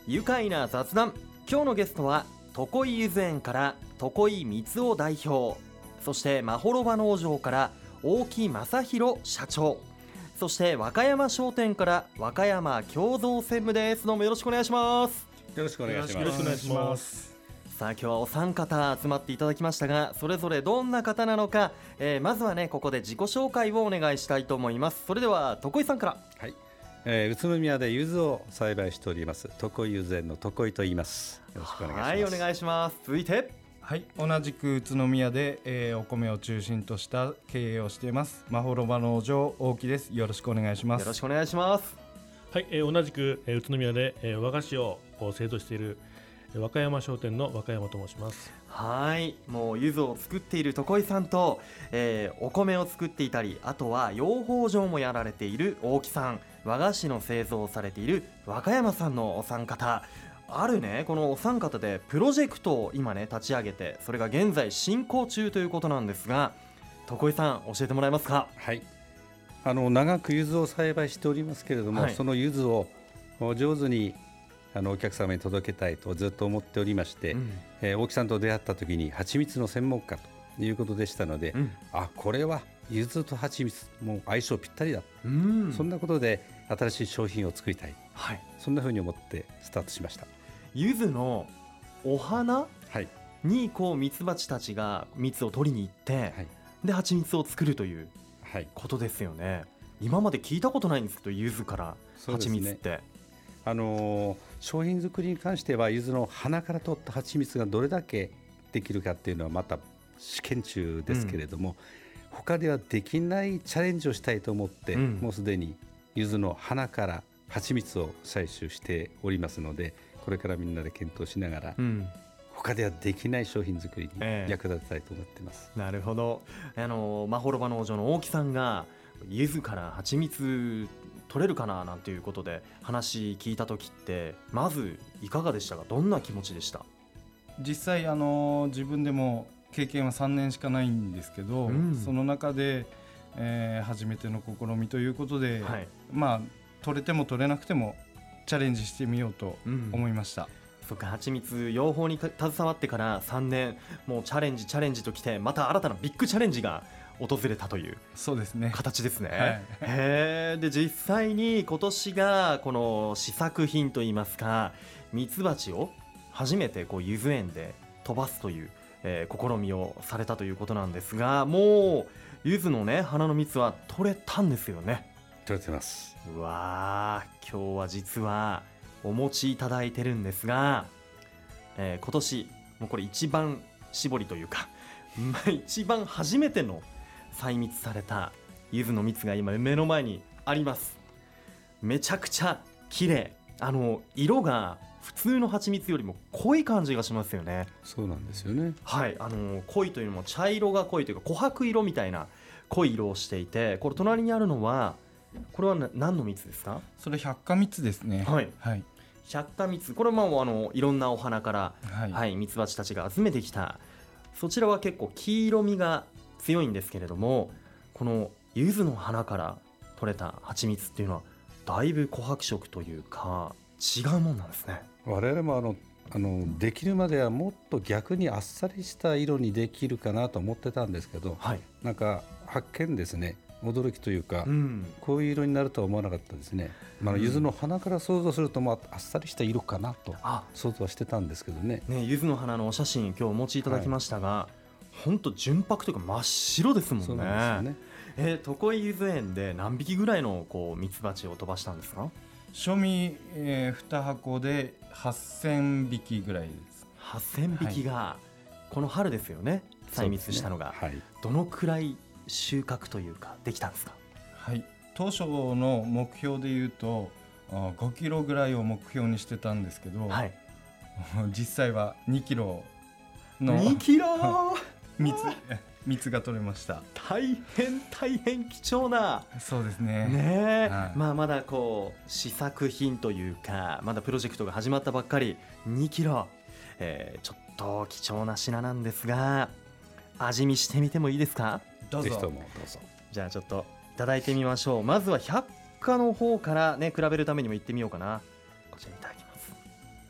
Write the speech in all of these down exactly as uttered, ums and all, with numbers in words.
愉快な雑談。今日のゲストは常井ゆず園から常井光雄代表、そしてまほろば農場から大木正弘社長、そして和歌山商店から和歌山共同専務です。どうもよろしくお願いします。 よろしくお願いします。 よろしくお願いします。 さあ今日はお三方集まっていただきましたが、それぞれどんな方なのか、えー、まずはねここで自己紹介をお願いしたいと思います。それでは常井さんから。 はい、えー、宇都宮で柚子を栽培しております常井ゆず園の常井と言います。よろしくお願いします。 はい、お願いします。続いて、 はい、同じく宇都宮で、えー、お米を中心とした経営をしていますまほろば農場大木です。よろしくお願いします。 よろしくお願いします。 はい、えー、同じく、えー、宇都宮で、えー、和菓子を製造している和歌山商店の和歌山と申します。 はい、もう柚子を作っている常井さんと、えー、お米を作っていたり、あとは養蜂場もやられている大木さん、和菓子の製造をされている和歌山さんのお三方、あるねこのお三方でプロジェクトを今ね立ち上げて、それが現在進行中ということなんですが、常井さん教えてもらえますか。 はい、あの長く柚子を栽培しておりますけれども、はい、その柚子を上手にあのお客様に届けたいとずっと思っておりまして、うん、えー、大木さんと出会った時に蜂蜜の専門家ということでしたので、うん、あこれは柚子と蜂蜜もう相性ぴったりだ、うん、そんなことで新しい商品を作りたい、はい、そんな風に思ってスタートしました。 柚子のお花にこうミツバチたちが蜜を取りに行って、はい、で蜂蜜を作るということですよね、はい、今まで聞いたことないんですけど、柚子から蜂蜜って、 あのー、商品作りに関しては柚子の花から取った蜂蜜がどれだけできるかっていうのはまた試験中ですけれども、うん、他ではできないチャレンジをしたいと思って、うん、もうすでに柚子の花から蜂蜜を採取しておりますので、これからみんなで検討しながら、うん、他ではできない商品作りに役立てたいと思っています、 えー、なるほど。あのまほろば農場の大木さんが柚子から蜂蜜取れるかななんていうことで話聞いた時って、まずいかがでしたか。どんな気持ちでした。 実際あの自分でも経験はさんねんしかないんですけど、うん、その中で、えー、初めての試みということで、はい、まあ取れても取れなくてもチャレンジしてみようと思いました、うん、 そっか、蜂蜜養蜂に携わってからさんねん、もうチャレンジチャレンジときて、また新たなビッグチャレンジが訪れたというそうですね形ですね、 はい、 へで実際に今年がこの試作品といいますか、ミツバチを初めてこう柚子園で飛ばすという、えー、試みをされたということなんですが、もう柚子のね花の蜜は取れたんですよね。 取れてます。 うわー、今日は実はお持ちいただいてるんですが、えー、今年もうこれ一番搾りというか、まあ、一番初めての採蜜された柚子の蜜が今目の前にあります。めちゃくちゃ綺麗、あの色が普通の蜂蜜よりも濃い感じがしますよね。 そうなんですよね。 はい、あの濃いというのも茶色が濃いというか琥珀色みたいな濃い色をしていて、これ隣にあるのはこれは何の蜜ですか。 それ百花蜜ですね。 はい、はい、百花蜜、これはまああのいろんなお花から、はいはい、蜜蜂たちが集めてきた。そちらは結構黄色みが強いんですけれども、この柚子の花から取れた蜂蜜っていうのはだいぶ琥珀色というか違うもんなんですね。 我々もあのあのできるまではもっと逆にあっさりした色にできるかなと思ってたんですけど、はい、なんか発見ですね、驚きというか、うん、こういう色になるとは思わなかったですね。まあ、柚子の花から想像すると、まあ、あっさりした色かなと想像はしてたんですけどね。 ね、柚子の花のお写真今日お持ちいただきましたが、本当、はい、純白というか真っ白ですもんね。 そうなんですよね。 えー、常井柚子園で何匹ぐらいのこうミツバチを飛ばしたんですか。 賞味、えー、に箱ではっせんびきぐらいです。 はっせんびきがこの春ですよね、採蜜したのが、ね、はい、どのくらい収穫というかできたんですか。 はい、当初の目標でいうとごキロぐらいを目標にしてたんですけど、はい、実際はにキロのにキロ蜜蜜が取れました。 大変大変貴重な。 そうですね。 ね、はい、まあ、まだこう試作品というかまだプロジェクトが始まったばっかりにキロ、えー、ちょっと貴重な品なんですが、味見してみてもいいですか。 どうぞ。 ぜひともどうぞ。 じゃあちょっといただいてみましょう。まずは百花の方からね比べるためにもいってみようかな。こちらいただきます。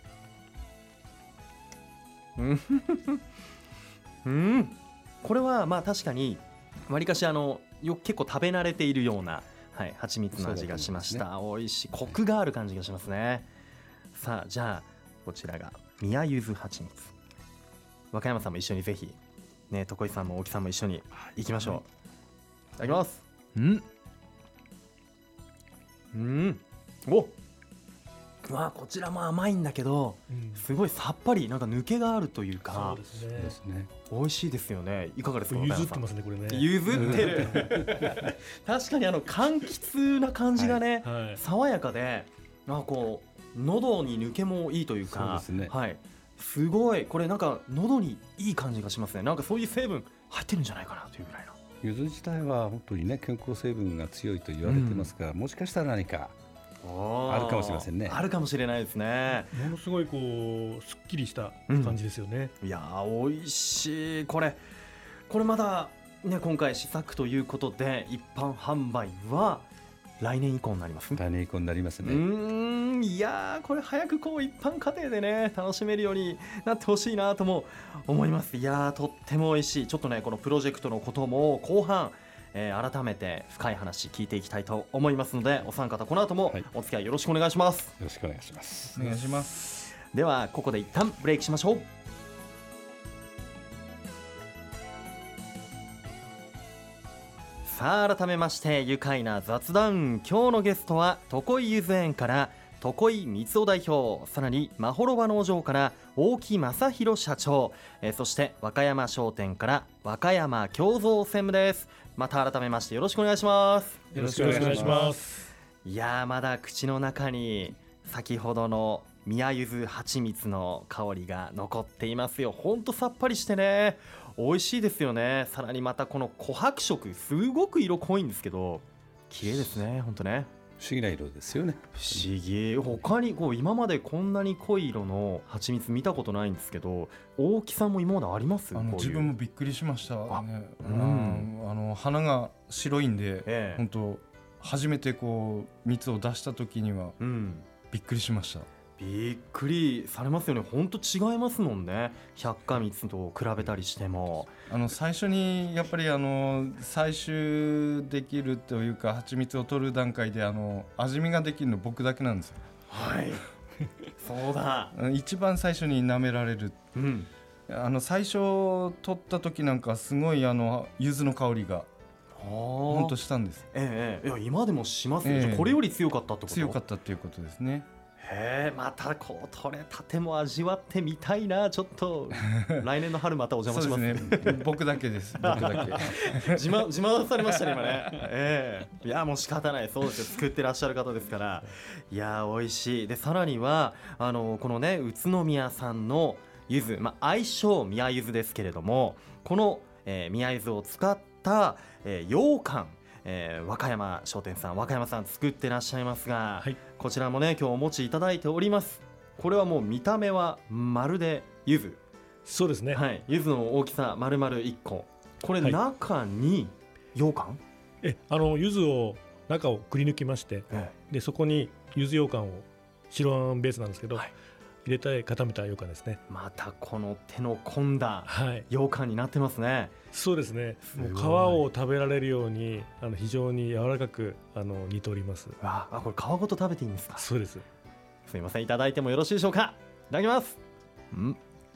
うん、これはまあ確かにわりかしあのよ結構食べ慣れているような、はい、蜂蜜の味がしました。美味しい、コクがある感じがしますね。さあじゃあこちらが宮柚子蜂蜜、和歌山さんも一緒にぜひね、床井さんも大木さんも一緒に行きましょう。いただきます。うんうんおうわ、こちらも甘いんだけど、うん、すごいさっぱり、なんか抜けがあるというか、 そうですね、 美味しいですよね。いかがですか？ ゆずってますね、これね。 ゆずってる確かにあの柑橘な感じがね、はいはい、爽やかで、なんかこう喉に抜けもいいというか、 そうですね、 はい、すごいこれなんか喉にいい感じがしますね。なんかそういう成分入ってるんじゃないかなというぐらいな。 ゆず自体は本当にね、健康成分が強いと言われてますから、うん、もしかしたら何かあるかもしれませんね。 あるかもしれないですね。 ものすごいこうすっきりした感じですよね、 うん、いやー美味しい。これこれまだね、今回試作ということで一般販売は来年以降になります。 来年以降になりますね。 うーん、いやーこれ早くこう一般家庭でね楽しめるようになってほしいなとも思います。いやーとっても美味しい。ちょっとねこのプロジェクトのことも後半えー、改めて深い話聞いていきたいと思いますので、お三方この後もお付き合いよろしくお願いします。 よろしくお願いします。 お願いします。 ではここで一旦ブレイクしましょう。さあ改めまして愉快な雑談、今日のゲストは床井ゆず園から床井光雄代表、さらにまほろば農場から大木正弘社長、えー、そして和歌山商店から和歌山共造専務です。また改めましてよろしくお願いします。 よろしくお願いします。 いやーまだ口の中に先ほどの宮柚子蜂蜜の香りが残っていますよ。ほんとさっぱりしてね美味しいですよね。さらにまたこの琥珀色、すごく色濃いんですけど綺麗ですね。ほんとね不思議な色ですよね。 不思議。他にこう今までこんなに濃い色の蜂蜜見たことないんですけど、大木さんも今まであります？ あの自分もびっくりしました、ね。 あ、 うん、あの花が白いんで、 ええ、本当初めてこう蜜を出した時には、うん、びっくりしました。 びっくりされますよね。本当違いますもんね。百花蜜と比べたりしても、 あの最初にやっぱりあの採集できるというか蜂蜜を取る段階であの味見ができるの僕だけなんですよ。 はいそうだ一番最初に舐められる、うん、あの最初取った時なんかすごいあの柚子の香りがほんとしたんです。 ええ、いや今でもしますよ、ええ、これより強かったってこと？ 強かったっていうことですね。 へえ、またこう取れたても味わってみたいな。ちょっと来年の春またお邪魔します。 そうですね、僕だけです僕だけ自慢自慢されましたね今ね、えー、いやもう仕方ない、そうですよ、作ってらっしゃる方ですから。いや美味しい。でさらにはあのこのね宇都宮産の柚子、まあ、愛称宮柚子ですけれども、この、えー、宮柚子を使った、えー、羊羹、えー、和歌山商店さん和歌山さん作ってらっしゃいますが、はい、こちらもね今日お持ちいただいております。これはもう見た目はまるで柚子。 そうですね、 はい、柚子の大きさ丸々いっこ。これ中に羊羹、 えあの柚子を中をくり抜きまして、ええ、でそこに柚子羊羹を白あんベースなんですけど、はい、入れて固めた羊羹ですね。 またこの手の込んだ羊羹になってますね、はい、 そうですね。もう皮を食べられるようにあの非常に柔らかくあの煮ております。 ああ、これ皮ごと食べていいんですか？ そうです。 すいません、いただいてもよろしいでしょうか？いただきます。ん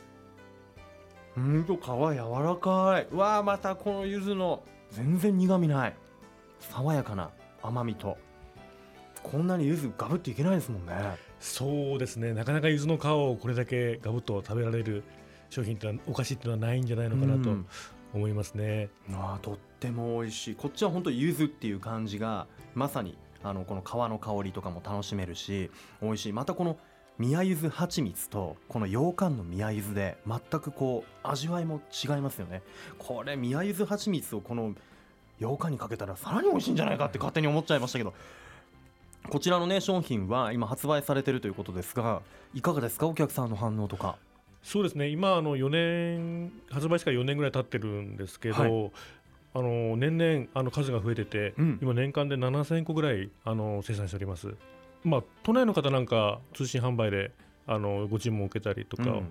うんと皮柔らかい。うわー、またこの柚子の全然苦みない爽やかな甘みと、こんなに柚子ガブっていけないですもんね。 そうですね、なかなか柚子の皮をこれだけガブッと食べられる商品ってのはお菓子っていうのはないんじゃないのかなと思いますね、 うん、あとっても美味しい。こっちは本当柚子っていう感じがまさにあのこの皮の香りとかも楽しめるし美味しい。またこの宮柚子蜂蜜とこの羊羹の宮柚子で全くこう味わいも違いますよね。これ宮柚子蜂蜜をこの羊羹にかけたらさらに美味しいんじゃないかって勝手に思っちゃいましたけど、こちらのね商品は今発売されているということですが、いかがですか、お客さんの反応とか？ そうですね、今あのよねん発売してからよねんぐらい経ってるんですけど、はい、あの年々あの数が増えてて、うん、今年間でななせんこぐらいあの生産しております。まあ、都内の方なんか通信販売であのご注文を受けたりとか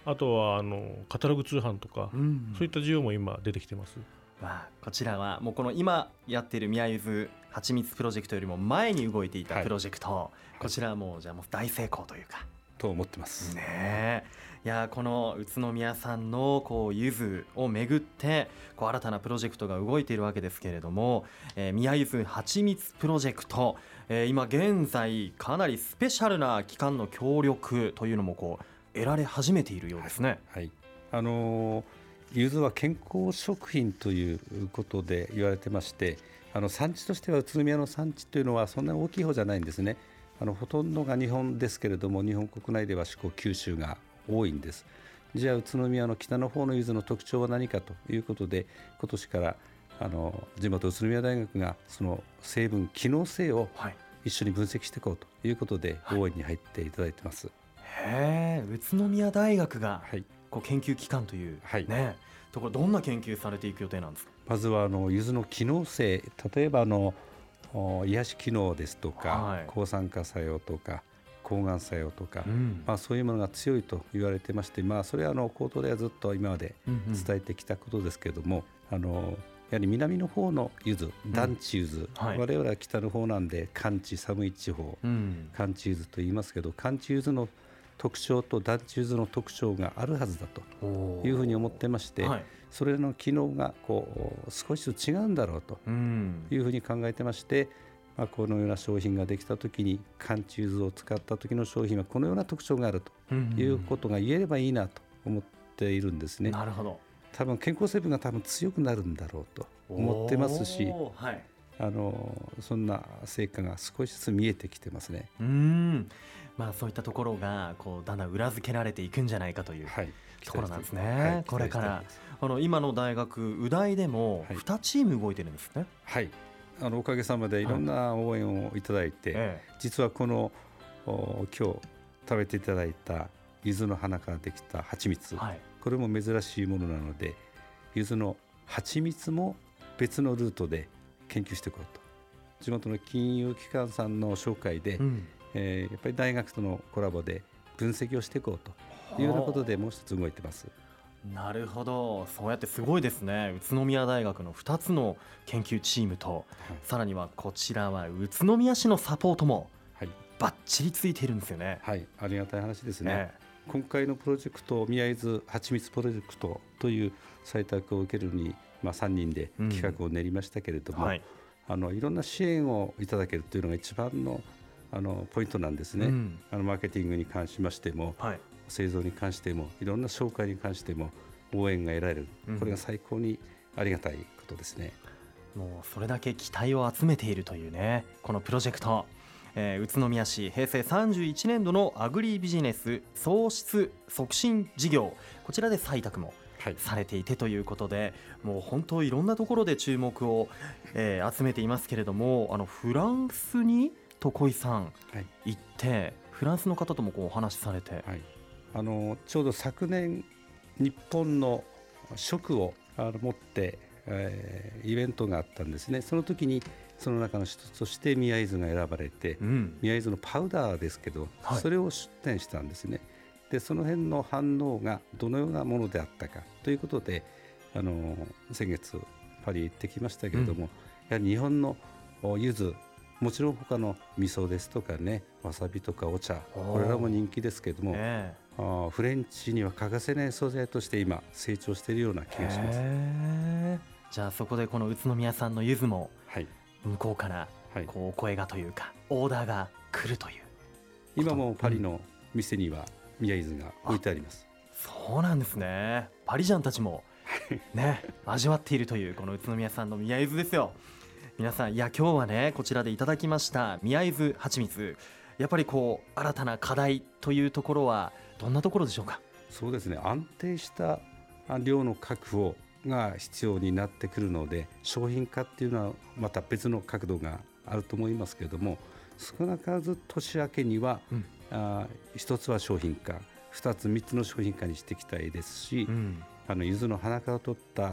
あとはあのカタログ通販とか、うん、そういった需要も今出てきてます。 わあ、こちらはもうこの今やっている宮ゆずはちみつプロジェクトよりも前に動いていたプロジェクト、はい、こちらはもうじゃあもう大成功というかと思ってますね。いやこの宇都宮さんのこうゆずをめぐってこう新たなプロジェクトが動いているわけですけれども、えー、宮ゆずはちみつプロジェクト、えー、今現在かなりスペシャルな機関の協力というのもこう得られ始めているようですね。 はい、はい、あのー、ゆずは健康食品ということで言われてまして、あの産地としては宇都宮の産地というのはそんなに大きい方じゃないんですね。あのほとんどが日本ですけれども、日本国内では四国九州が多いんです。じゃあ宇都宮の北の方のゆずの特徴は何かということで、今年からあの地元宇都宮大学がその成分機能性を一緒に分析していこうということで応援に入っていただいてます。はいはい、へー、宇都宮大学がこう研究機関という、はいね、ところどんな研究されていく予定なんですか。 まずはあのゆずの機能性、例えばあの癒し機能ですとか、はい、抗酸化作用とか抗がん作用とか、うんまあ、そういうものが強いと言われてまして、まあ、それはあの口頭ではずっと今まで伝えてきたことですけれども、うんうん、あのやはり南の方のゆず、暖地ゆず、うんはい、我々は北の方なんで寒地、寒い地方、うん、寒地ゆずと言いますけど、寒地ゆずの特徴と暖地ゆずの特徴があるはずだというふうに思ってまして、はい、それの機能がこう少しずつ違うんだろうというふうに考えてまして、まあ、このような商品ができたときに寒地ゆずを使った時の商品はこのような特徴があるということが言えればいいなと思っているんですね。 なるほど。 多分健康成分が多分強くなるんだろうと思ってますし、はい、あのそんな成果が少しずつ見えてきてますね。 うーん、まあ、そういったところがこうだんだん裏付けられていくんじゃないかという、はい、ところなんですね。はい、これからあの今の大学宇大でもにチーム動いてるんですね。 はい、あのおかげさまでいろんな応援をいただいて、はい、実はこの今日食べていただいたゆずの花からできた蜂蜜、はい、これも珍しいものなので、ゆずの蜂蜜も別のルートで研究していこうと、地元の金融機関さんの紹介で、うんえー、やっぱり大学とのコラボで分析をしていこうというようなことでもう一つ動いてます。 なるほど、そうやってすごいですね。宇都宮大学のふたつの研究チームと、はい、さらにはこちらは宇都宮市のサポートもバッチリついているんですよね。 はい、ありがたい話ですね。えー、今回のプロジェクト、宮伊豆はちみつプロジェクトという採択を受けるに、まあ、さんにんで企画を練りましたけれども、うんはい、あのいろんな支援をいただけるというのが一番のあのポイントなんですね。うん、あのマーケティングに関しましても、はい、製造に関してもいろんな紹介に関しても応援が得られる、これが最高にありがたいことですね。 うん、もうそれだけ期待を集めているというね、このプロジェクト、えー、宇都宮市平成さんじゅういちねんどのアグリビジネス創出促進事業、こちらで採択もされていてということで、はい、もう本当いろんなところで注目を、えー、集めていますけれども、あのフランスに床井さん行って、はい、フランスの方ともこうお話しされて、はい、 あのちょうど昨年日本の食をあの持って、えー、イベントがあったんですね。その時にその中の一つとして宮伊豆が選ばれて、うん、宮伊豆のパウダーですけど、はい、それを出展したんですね。でその辺の反応がどのようなものであったかということで、あの先月パリ行ってきましたけれども、うん、やはり日本の柚子、もちろん他の味噌ですとかね、わさびとかお茶、これらも人気ですけれども、えー、あフレンチには欠かせない素材として今成長しているような気がします。 えー、じゃあそこでこの宇都宮さんの柚子も向こうからこうお声がというか、はい、オーダーが来るという。 今もパリの店には宮伊豆が置いてあります。 そうなんですね。パリジャンたちもね味わっているというこの宇都宮さんの宮伊豆ですよ。皆さん、いや今日はねこちらでいただきました宮伊豆はちみつ、やっぱりこう新たな課題というところはどんなところでしょうか。 そうですね、安定した量の確保が必要になってくるので、商品化っていうのはまた別の角度があると思いますけれども、少なからず年明けには、うん、あ一つは商品化、二つ三つの商品化にしていきたいですし、うん、あの柚子の花から取った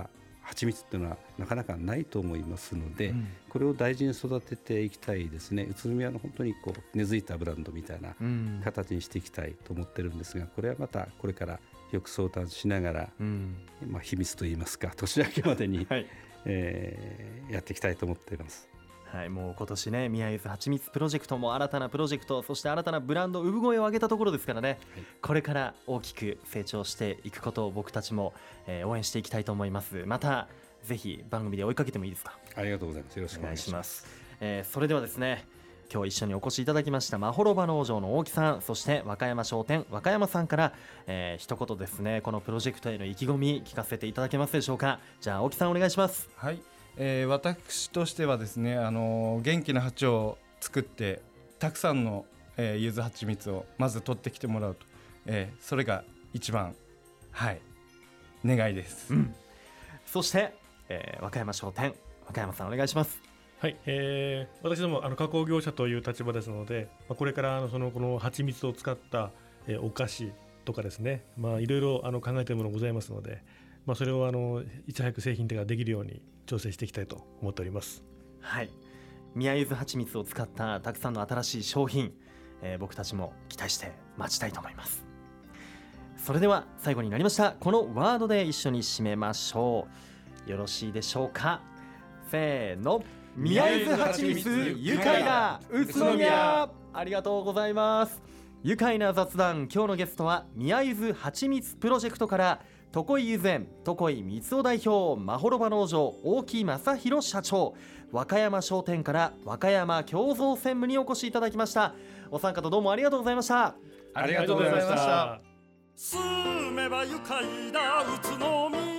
蜂蜜っていうのはなかなかないと思いますので、うん、これを大事に育てていきたいですね。宇都宮の本当にこう根付いたブランドみたいな形にしていきたいと思ってるんですが、これはまたこれからよく相談しながら、うん、まあ、秘密といいますか年明けまでに、はい、えー、やっていきたいと思っています。 はい、もう今年ね宮ゆずはちみつプロジェクトも新たなプロジェクト、そして新たなブランド産声を上げたところですからね、はい、これから大きく成長していくことを僕たちも、えー、応援していきたいと思います。またぜひ番組で追いかけてもいいですか。 ありがとうございます。よろしくお願いします。 えー、それではですね、今日一緒にお越しいただきましたまほろば農場の大木さん、そして和歌山商店和歌山さんから、えー、一言ですね、このプロジェクトへの意気込み聞かせていただけますでしょうか。じゃあ大木さんお願いします。 はい、えー、私としてはですね、あのー、元気な蜂を作ってたくさんの、えー、ゆずはちみつをまず取ってきてもらうと、えー、それが一番、はい、願いです、うん、 そして、えー、和歌山商店和歌山さんお願いします。 はい、えー、私どもあの加工業者という立場ですので、まあ、これからあのそのこの蜂蜜を使った、えー、お菓子とかですね、まあ、いろいろあの考えているものございますので、まあ、それをあのいち早く製品化ができるように調整していきたいと思っております。 はい、宮ゆずはちみつを使ったたくさんの新しい商品、えー、僕たちも期待して待ちたいと思います。それでは最後になりました、このワードで一緒に締めましょう。よろしいでしょうか。せーの、宮ゆずはちみつ愉快な宇都宮。ありがとうございます。愉快な雑談、今日のゲストは宮ゆずはちみつプロジェクトから常井ゆず園常井光雄代表、まほろば農場大木正弘社長、和歌山商店から和歌山共造専務にお越しいただきました。お三方どうもありがとうございました。 ありがとうございました。 住めば愉快な宇都宮。